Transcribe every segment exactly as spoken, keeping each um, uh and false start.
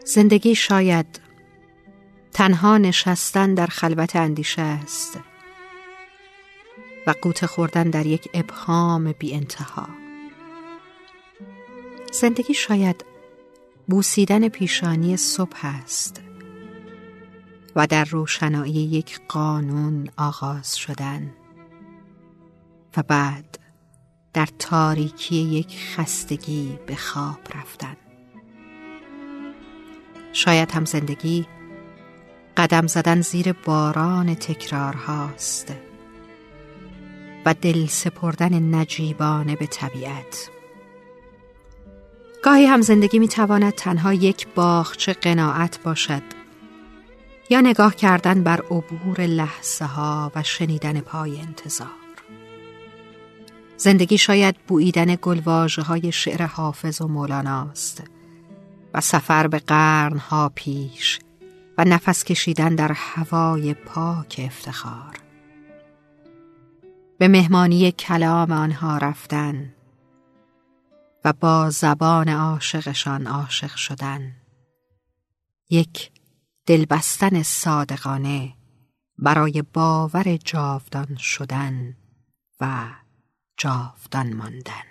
زندگی شاید تنها نشستن در خلوت اندیشه است و غوطه خوردن در یک ابهام بی انتها. زندگی شاید بوسیدن پیشانی صبح است و در روشنایی یک قانون آغاز شدن و بعد در تاریکی یک خستگی به خواب رفتن. شاید هم زندگی قدم زدن زیر باران تکرار هاست و دل سپردن نجیبانه به طبیعت. گاهی هم زندگی می تواند تنها یک باغچه قناعت باشد یا نگاه کردن بر عبور لحظه ها و شنیدن پای انتظار. زندگی شاید بوییدن گلواژه های شعر حافظ و مولاناست و سفر به قرنها پیش و نفس کشیدن در هوای پاک افتخار. به مهمانی کلام آنها رفتن و با زبان عاشقشان عاشق شدن. یک دلبستن صادقانه برای باور جاودان شدن و جاودان ماندن.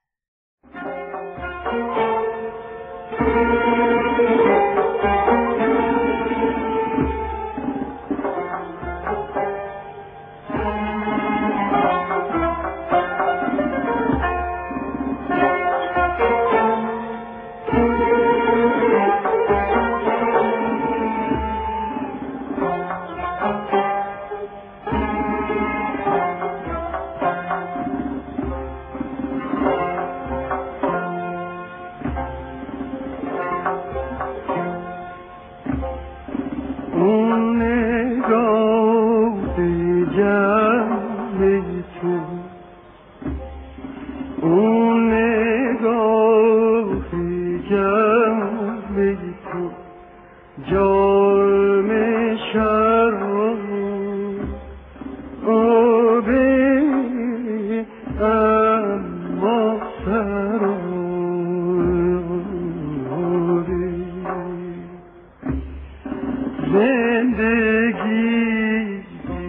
زندگی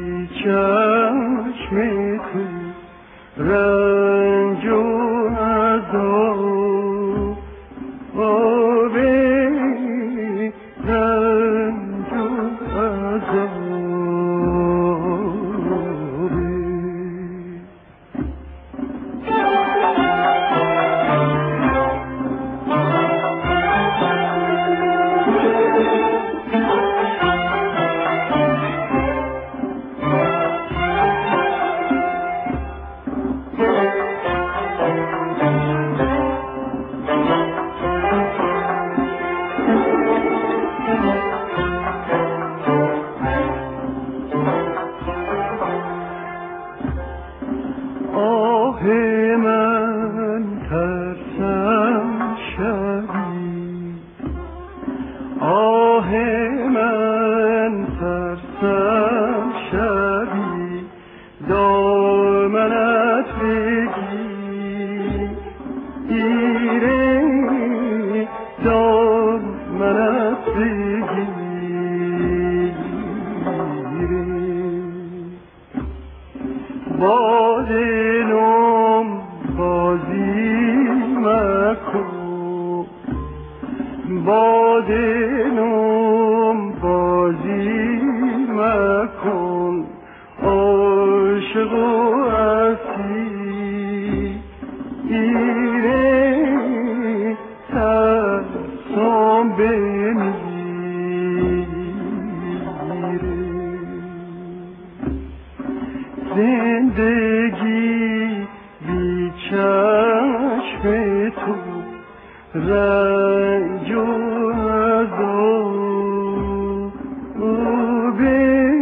چشم تو رنج و عذاب آبی رنج و عذابی آه من ترسم شبی آه من ترسم شبی دامنت بگیر ایره دامنت بگیر با دلم بازی مکن با دلم بازی مکن عاشق و اسیر ایره ترسم بمیره زندگی بی چشم تو رنج و عذابی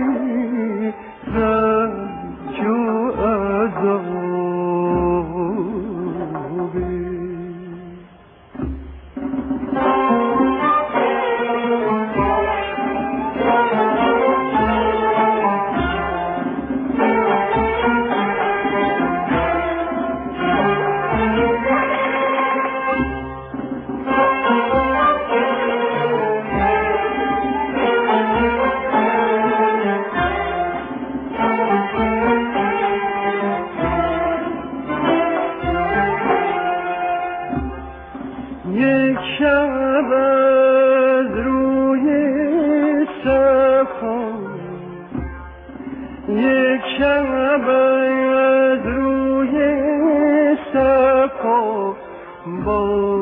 رنج و عذابی یک شب از روی صفا، یک شب از روی صفا با